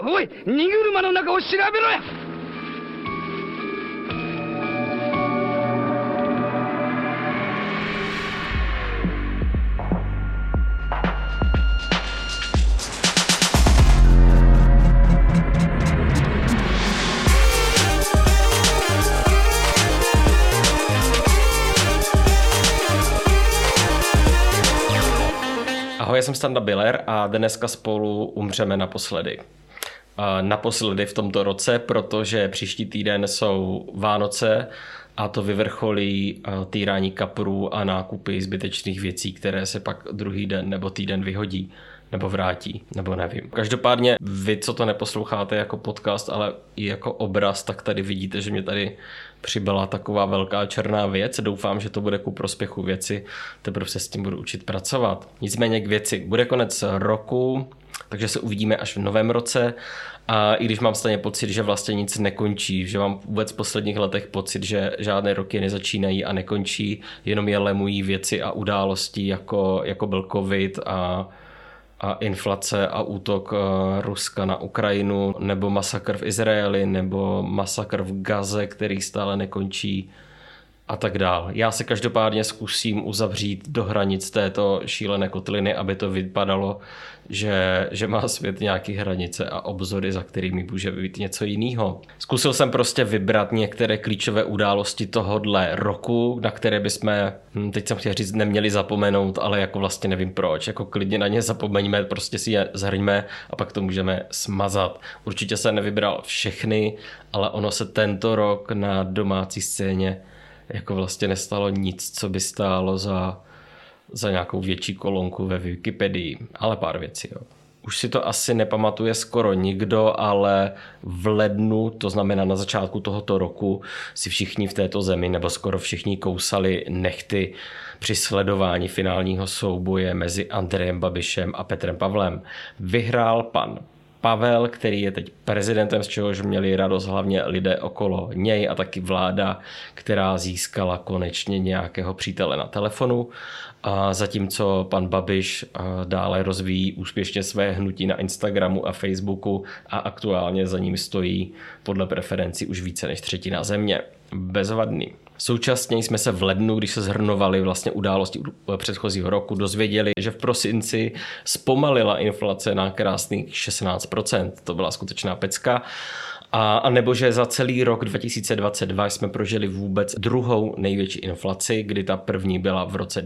おい、荷車の中を調べろや。 Ahoj, já jsem Standa Biller a dneska spolu umřeme naposledy. Naposledy v tomto roce, protože příští týden jsou Vánoce a to vyvrcholí týrání kaprů a nákupy zbytečných věcí, které se pak druhý den nebo týden vyhodí nebo vrátí, nebo nevím. Každopádně vy, co to neposloucháte jako podcast, ale i jako obraz, tak tady vidíte, že mě tady přibyla taková velká černá věc. Doufám, že to bude ku prospěchu věci, teprve se s tím budu učit pracovat. Nicméně k věci. Bude konec roku, takže se uvidíme až v novém roce. A i když mám stejně pocit, že vlastně nic nekončí, že mám vůbec v posledních letech pocit, že žádné roky nezačínají a nekončí, jenom je lemují věci a události, jako byl covid a inflace a útok Ruska na Ukrajinu, nebo masakr v Izraeli, nebo masakr v Gaze, který stále nekončí a tak dál. Já se každopádně zkusím uzavřít do hranic této šílené kotliny, aby to vypadalo, že má svět nějaké hranice a obzory, za kterými může být něco jiného. Zkusil jsem prostě vybrat některé klíčové události tohodle roku, na které bychom, teď jsem chtěl říct, neměli zapomenout, ale jako vlastně nevím proč. Jako klidně na ně zapomeňme, prostě si je zhrňme a pak to můžeme smazat. Určitě jsem nevybral všechny, ale ono se tento rok na domácí scéně jako vlastně nestalo nic, co by stálo za nějakou větší kolonku ve Wikipedii, ale pár věcí. Jo. Už si to asi nepamatuje skoro nikdo, ale v lednu, to znamená na začátku tohoto roku, si všichni v této zemi, nebo skoro všichni kousali nechty při sledování finálního souboje mezi Andrejem Babišem a Petrem Pavlem. Vyhrál pan Pavel, který je teď prezidentem, z čehož měli radost hlavně lidé okolo něj a taky vláda, která získala konečně nějakého přítele na telefonu. A zatímco pan Babiš dále rozvíjí úspěšně své hnutí na Instagramu a Facebooku a aktuálně za ním stojí podle preferencí už více než třetina země. Bezvadný. Současně jsme se v lednu, když se shrnovaly vlastně události předchozího roku, dozvěděli, že v prosinci zpomalila inflace na krásných 16%. To byla skutečná pecka. A nebo že za celý rok 2022 jsme prožili vůbec druhou největší inflaci, kdy ta první byla v roce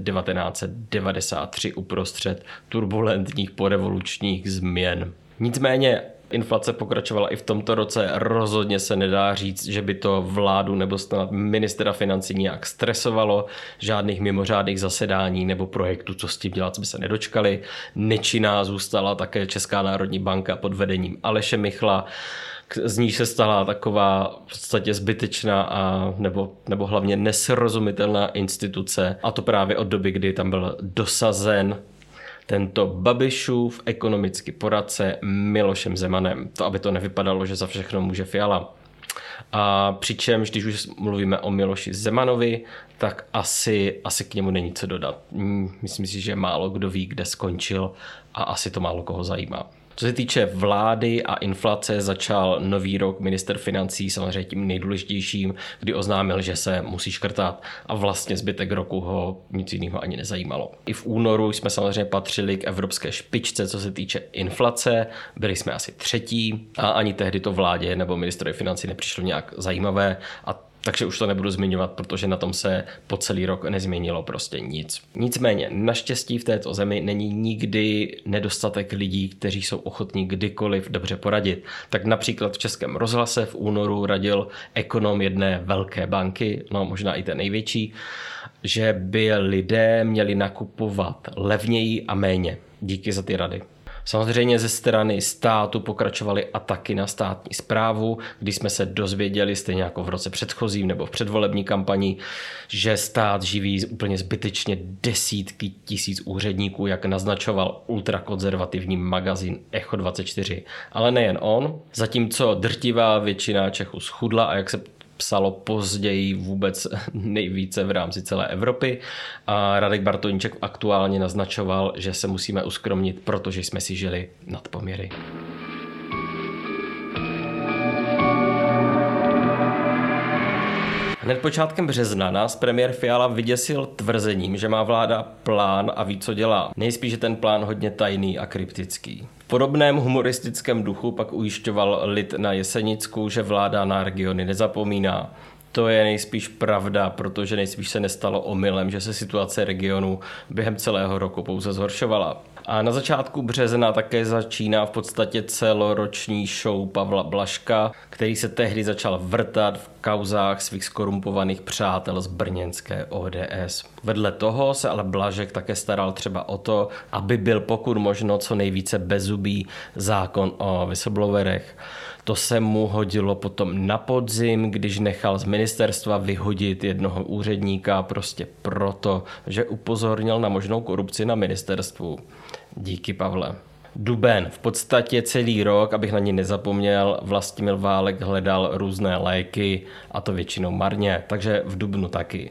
1993 uprostřed turbulentních porevolučních změn. Nicméně inflace pokračovala i v tomto roce. Rozhodně se nedá říct, že by to vládu nebo snad ministra financí nějak stresovalo. Žádných mimořádných zasedání nebo projektů, co s tím dělat, jsme se nedočkali. Nečinná zůstala také Česká národní banka pod vedením Aleše Michla. Z ní se stala taková v podstatě zbytečná a nebo hlavně nesrozumitelná instituce. A to právě od doby, kdy tam byl dosazen tento Babišův ekonomický poradce Milošem Zemanem. To, aby to nevypadalo, že za všechno může Fiala. A přičemž, když už mluvíme o Miloši Zemanovi, tak asi k němu není co dodat. Myslím si, že málo kdo ví, kde skončil a asi to málo koho zajímá. Co se týče vlády a inflace, začal nový rok minister financí samozřejmě tím nejdůležitějším, kdy oznámil, že se musí škrtat a vlastně zbytek roku ho nic jiného ani nezajímalo. I v únoru jsme samozřejmě patřili k evropské špičce, co se týče inflace, byli jsme asi třetí a ani tehdy to vládě nebo ministrovi financí nepřišlo nějak zajímavé a takže už to nebudu zmiňovat, protože na tom se po celý rok nezměnilo prostě nic. Nicméně, naštěstí v této zemi není nikdy nedostatek lidí, kteří jsou ochotní kdykoliv dobře poradit. Tak například v Českém rozhlase v únoru radil ekonom jedné velké banky, no možná i té největší, že by lidé měli nakupovat levněji a méně. Díky za ty rady. Samozřejmě ze strany státu pokračovaly ataky na státní správu, kdy jsme se dozvěděli, stejně jako v roce předchozím nebo v předvolební kampani, že stát živí úplně zbytečně desítky tisíc úředníků, jak naznačoval ultrakonzervativní magazín Echo 24. Ale nejen on, zatímco drtivá většina Čechů schudla a jak se psalo později vůbec nejvíce v rámci celé Evropy. A Radek Bartoníček aktuálně naznačoval, že se musíme uskromnit, protože jsme si žili nad poměry. Hned počátkem března nás premiér Fiala vyděsil tvrzením, že má vláda plán a ví, co dělá. Nejspíš je ten plán hodně tajný a kryptický. V podobném humoristickém duchu pak ujišťoval lid na Jesenicku, že vláda na regiony nezapomíná. To je nejspíš pravda, protože nejspíš se nestalo omylem, že se situace regionu během celého roku pouze zhoršovala. A na začátku března také začíná v podstatě celoroční show Pavla Blažka, který se tehdy začal vrtat v kauzách svých skorumpovaných přátel z brněnské ODS. Vedle toho se ale Blažek také staral třeba o to, aby byl pokud možno co nejvíce bezzubý zákon o whistleblowerech. To se mu hodilo potom na podzim, když nechal z ministerstva vyhodit jednoho úředníka prostě proto, že upozornil na možnou korupci na ministerstvu. Díky, Pavle. Duben. V podstatě celý rok, abych na ní nezapomněl, Vlastimil Válek hledal různé léky a to většinou marně, takže v dubnu taky.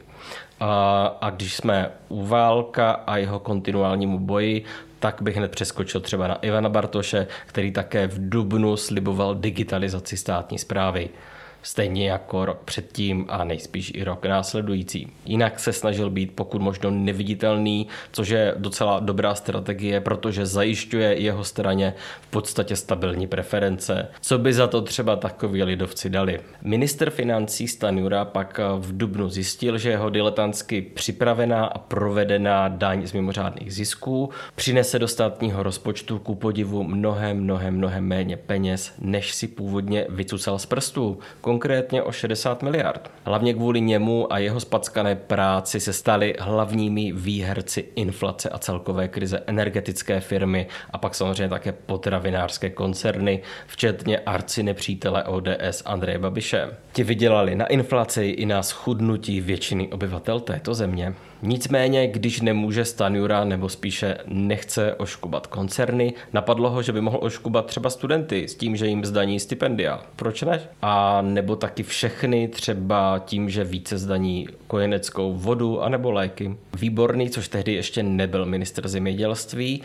A když jsme u Válka a jeho kontinuálnímu boji, tak bych hned přeskočil třeba na Ivana Bartoše, který také v dubnu sliboval digitalizaci státní správy. Stejně jako rok předtím a nejspíš i rok následující. Jinak se snažil být pokud možno neviditelný, což je docela dobrá strategie, protože zajišťuje jeho straně v podstatě stabilní preference. Co by za to třeba takoví lidovci dali? Ministr financí Stanjura pak v dubnu zjistil, že jeho diletantsky připravená a provedená daň z mimořádných zisků přinese do státního rozpočtu ku podivu mnohem méně peněz, než si původně vycucal z prstů. Konkrétně o 60 miliard. Hlavně kvůli němu a jeho spackané práci se stali hlavními výherci inflace a celkové krize energetické firmy a pak samozřejmě také potravinářské koncerny, včetně arcinepřítele ODS Andreje Babiše. Ti vydělali na inflaci i na schudnutí většiny obyvatel této země. Nicméně, když nemůže Stanjura nebo spíše nechce oškubat koncerny, napadlo ho, že by mohl oškubat třeba studenty s tím, že jim zdaní stipendia. Proč ne? A nebo taky všechny, třeba tím, že více zdaní kojeneckou vodu anebo léky. Výborný, což tehdy ještě nebyl ministr zemědělství,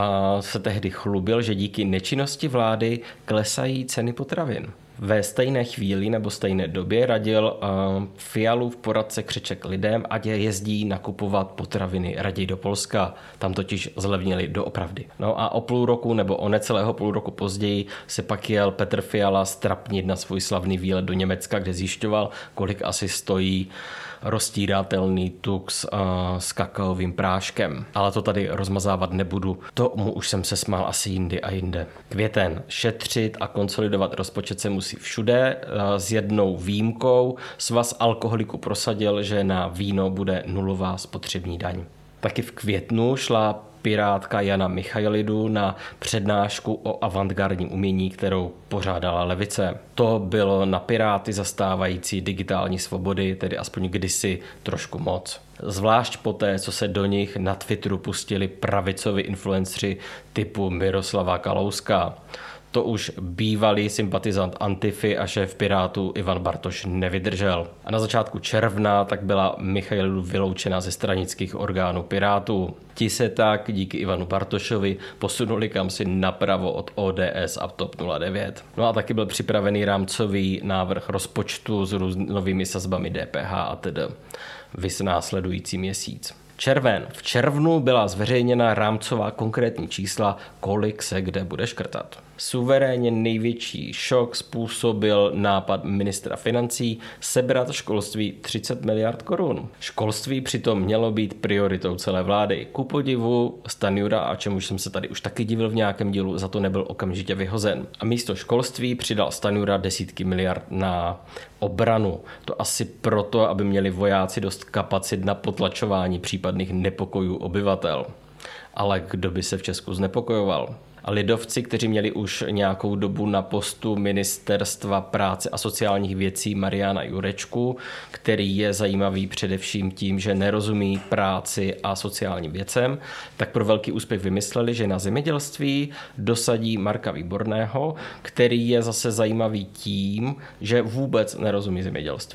a se tehdy chlubil, že díky nečinnosti vlády klesají ceny potravin. Ve stejné chvíli nebo stejné době radil Fialův poradce Křeček lidem, ať jezdí nakupovat potraviny raději do Polska. Tam totiž zlevnili doopravdy. No a o půl roku nebo o necelého půl roku později se pak jel Petr Fiala strapnit na svůj slavný výlet do Německa, kde zjišťoval, kolik asi stojí roztíratelný tux s kakaovým práškem. Ale to tady rozmazávat nebudu. Tomu už jsem se smál asi jindy a jinde. Květen. Šetřit a konsolidovat rozpočet se musí všude. S jednou výjimkou. Svaz alkoholiků prosadil, že na víno bude nulová spotřební daň. Taky v květnu šla pirátka Jana Michailidu na přednášku o avantgardním umění, kterou pořádala levice. To bylo na Piráty zastávající digitální svobody, tedy aspoň kdysi trošku moc. Zvlášť poté, co se do nich na Twitteru pustili pravicoví influenceri typu Miroslava Kalouska. To už bývalý sympatizant Antify a šéf Pirátů Ivan Bartoš nevydržel. A na začátku června tak byla Michailidu vyloučena ze stranických orgánů Pirátů. Ti se tak díky Ivanu Bartošovi posunuli kamsi napravo od ODS a TOP 09. No a taky byl připravený rámcový návrh rozpočtu s novými sazbami DPH a tedy vys následující měsíc. Červen. V červnu byla zveřejněna rámcová konkrétní čísla, kolik se kde bude škrtat. Suverénně největší šok způsobil nápad ministra financí sebrat školství 30 miliard korun. Školství přitom mělo být prioritou celé vlády. Ku podivu Stanjura, a čemuž jsem se tady už taky divil v nějakém dílu, za to nebyl okamžitě vyhozen. A místo školství přidal Stanjura desítky miliard na obranu. To asi proto, aby měli vojáci dost kapacit na potlačování případných nepokojů obyvatel. Ale kdo by se v Česku znepokojoval? A lidovci, kteří měli už nějakou dobu na postu Ministerstva práce a sociálních věcí Mariana Jurečku, který je zajímavý především tím, že nerozumí práci a sociálním věcem, tak pro velký úspěch vymysleli, že na zemědělství dosadí Marka Výborného, který je zase zajímavý tím, že vůbec nerozumí zemědělství.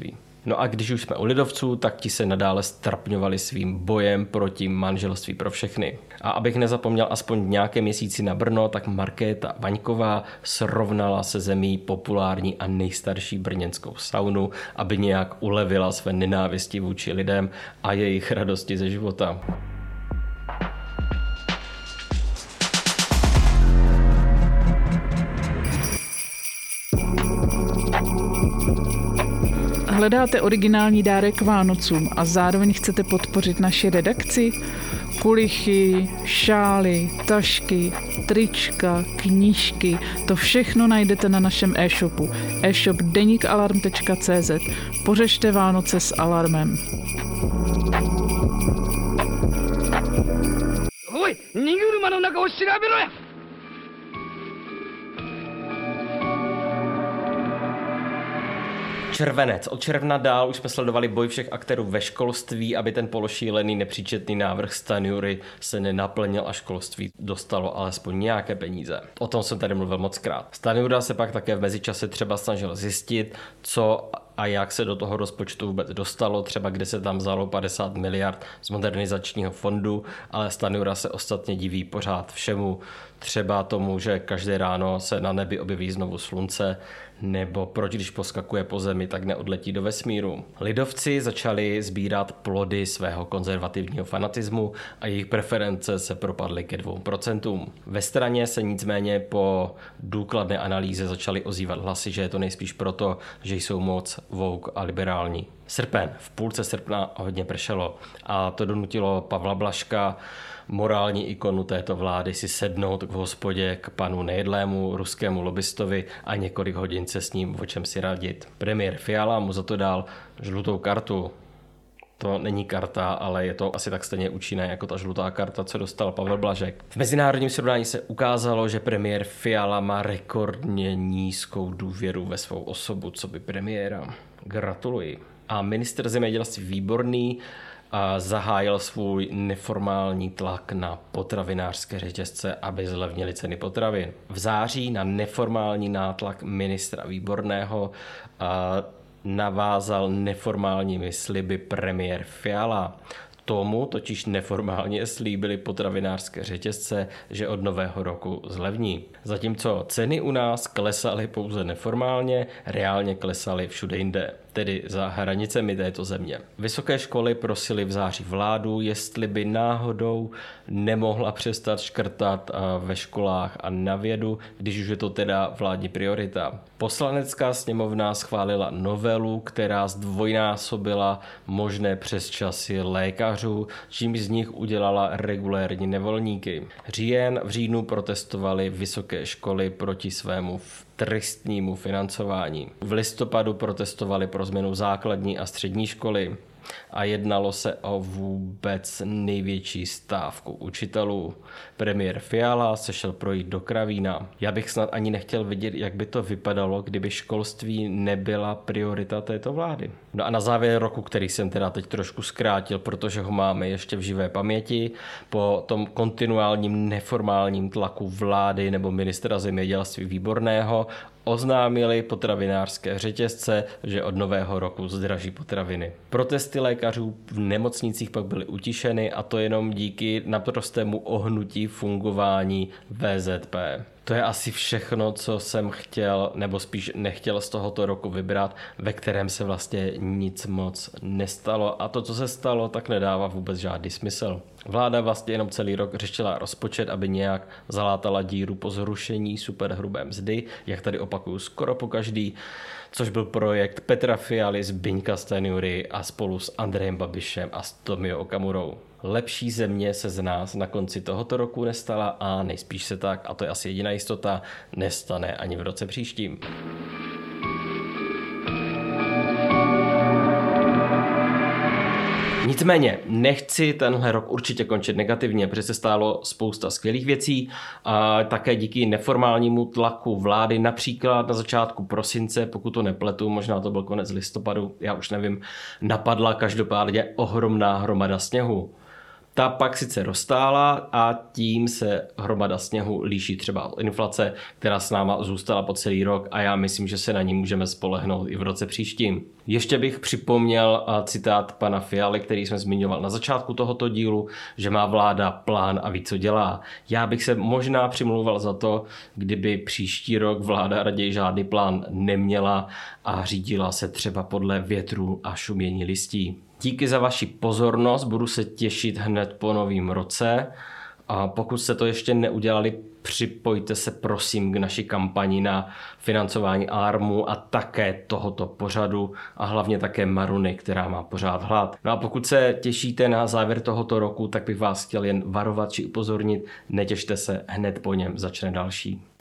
No a když už jsme u lidovců, tak ti se nadále strapňovali svým bojem proti manželství pro všechny. A abych nezapomněl aspoň nějaké měsíci na Brno, tak Markéta Vaňková srovnala se zemí populární a nejstarší brněnskou saunu, aby nějak ulevila své nenávisti vůči lidem a jejich radosti ze života. Hledáte originální dárek k Vánocům a zároveň chcete podpořit naši redakci? Kulichy, šály, tašky, trička, knížky, to všechno najdete na našem e-shopu. e-shop denikalarm.cz. Pořešte Vánoce s Alarmem. おい、荷車の中を調べろや。 Červenec. Od června dál už jsme sledovali boj všech aktérů ve školství, aby ten pološílený nepříčetný návrh Stanjury se nenaplnil a školství dostalo alespoň nějaké peníze. O tom jsem tady mluvil mockrát. Stanjura se pak také v mezičase třeba snažil zjistit, co a jak se do toho rozpočtu vůbec dostalo, třeba kde se tam vzalo 50 miliard z modernizačního fondu, ale Stanjura se ostatně diví pořád všemu, třeba tomu, že každé ráno se na nebi objeví znovu slunce, nebo proč, když poskakuje po zemi, tak neodletí do vesmíru. Lidovci začali sbírat plody svého konzervativního fanatismu a jejich preference se propadly ke 2%. Ve straně se nicméně po důkladné analýze začaly ozývat hlasy, že je to nejspíš proto, že jsou moc woke a liberální. Srpen. V půlce srpna hodně pršelo a to donutilo Pavla Blažka, morální ikonu této vlády, si sednout k hospodě k panu nejedlému ruskému lobbystovi a několik hodin se s ním o čem si radit. Premiér Fiala mu za to dal žlutou kartu. To není karta, ale je to asi tak stejně účinné jako ta žlutá karta, co dostal Pavel Blažek. V mezinárodním srovnání se ukázalo, že premiér Fiala má rekordně nízkou důvěru ve svou osobu, co by premiéra. Gratuluji. A ministr zemědělství Výborný zahájil svůj neformální tlak na potravinářské řetězce, aby zlevnily ceny potravin. V září na neformální nátlak ministra Výborného navázal neformálními sliby premiér Fiala. Tomu totiž neformálně slíbili potravinářské řetězce, že od nového roku zlevní. Zatímco ceny u nás klesaly pouze neformálně, reálně klesaly všude jinde, tedy za hranicemi této země. Vysoké školy prosily v září vládu, jestli by náhodou nemohla přestat škrtat ve školách a na vědu, když už je to teda vládní priorita. Poslanecká sněmovna schválila novelu, která zdvojnásobila možné přesčasy lékařů, čímž z nich udělala regulérní nevolníky. V říjnu protestovali vysoké školy proti svému tristnímu financování. V listopadu protestovali pro změnu základní a střední školy a jednalo se o vůbec největší stávku učitelů. Premiér Fiala se šel projít do Kravína. Já bych snad ani nechtěl vidět, jak by to vypadalo, kdyby školství nebyla priorita této vlády. No a na závěr roku, který jsem teda teď trošku zkrátil, protože ho máme ještě v živé paměti, po tom kontinuálním neformálním tlaku vlády nebo ministra zemědělství Výborného oznámili potravinářské řetězce, že od nového roku zdraží potraviny. Protesty lékařů v nemocnicích pak byly utišeny a to jenom díky naprostému ohnutí fungování VZP. To je asi všechno, co jsem chtěl, nebo spíš nechtěl z tohoto roku vybrat, ve kterém se vlastně nic moc nestalo. A to, co se stalo, tak nedává vůbec žádný smysl. Vláda vlastně jenom celý rok řešila rozpočet, aby nějak zalátala díru po zrušení superhrubé mzdy, jak tady opakuju skoro pokaždý, což byl projekt Petra Fialy, Zbyňka Stanjury a spolu s Andrejem Babišem a s Tomio Okamurou. Lepší země se z nás na konci tohoto roku nestala a nejspíš se tak, a to je asi jediná jistota, nestane ani v roce příštím. Nicméně nechci tenhle rok určitě končit negativně, protože se stálo spousta skvělých věcí a také díky neformálnímu tlaku vlády, například na začátku prosince, pokud to nepletu, možná to byl konec listopadu, já už nevím, napadla každopádně ohromná hromada sněhu. Ta pak sice roztála a tím se hromada sněhu líší třeba od inflace, která s náma zůstala po celý rok a já myslím, že se na ní můžeme spolehnout i v roce příštím. Ještě bych připomněl citát pana Fialy, který jsme zmiňoval na začátku tohoto dílu, že má vláda plán a ví, co dělá. Já bych se možná přimlouval za to, kdyby příští rok vláda raději žádný plán neměla a řídila se třeba podle větru a šumění listí. Díky za vaši pozornost, budu se těšit hned po novém roce. A pokud jste to ještě neudělali, připojte se prosím k naší kampani na financování alarmu a také tohoto pořadu a hlavně také Maruny, která má pořád hlad. No a pokud se těšíte na závěr tohoto roku, tak bych vás chtěl jen varovat či upozornit, netěšte se, hned po něm začne další.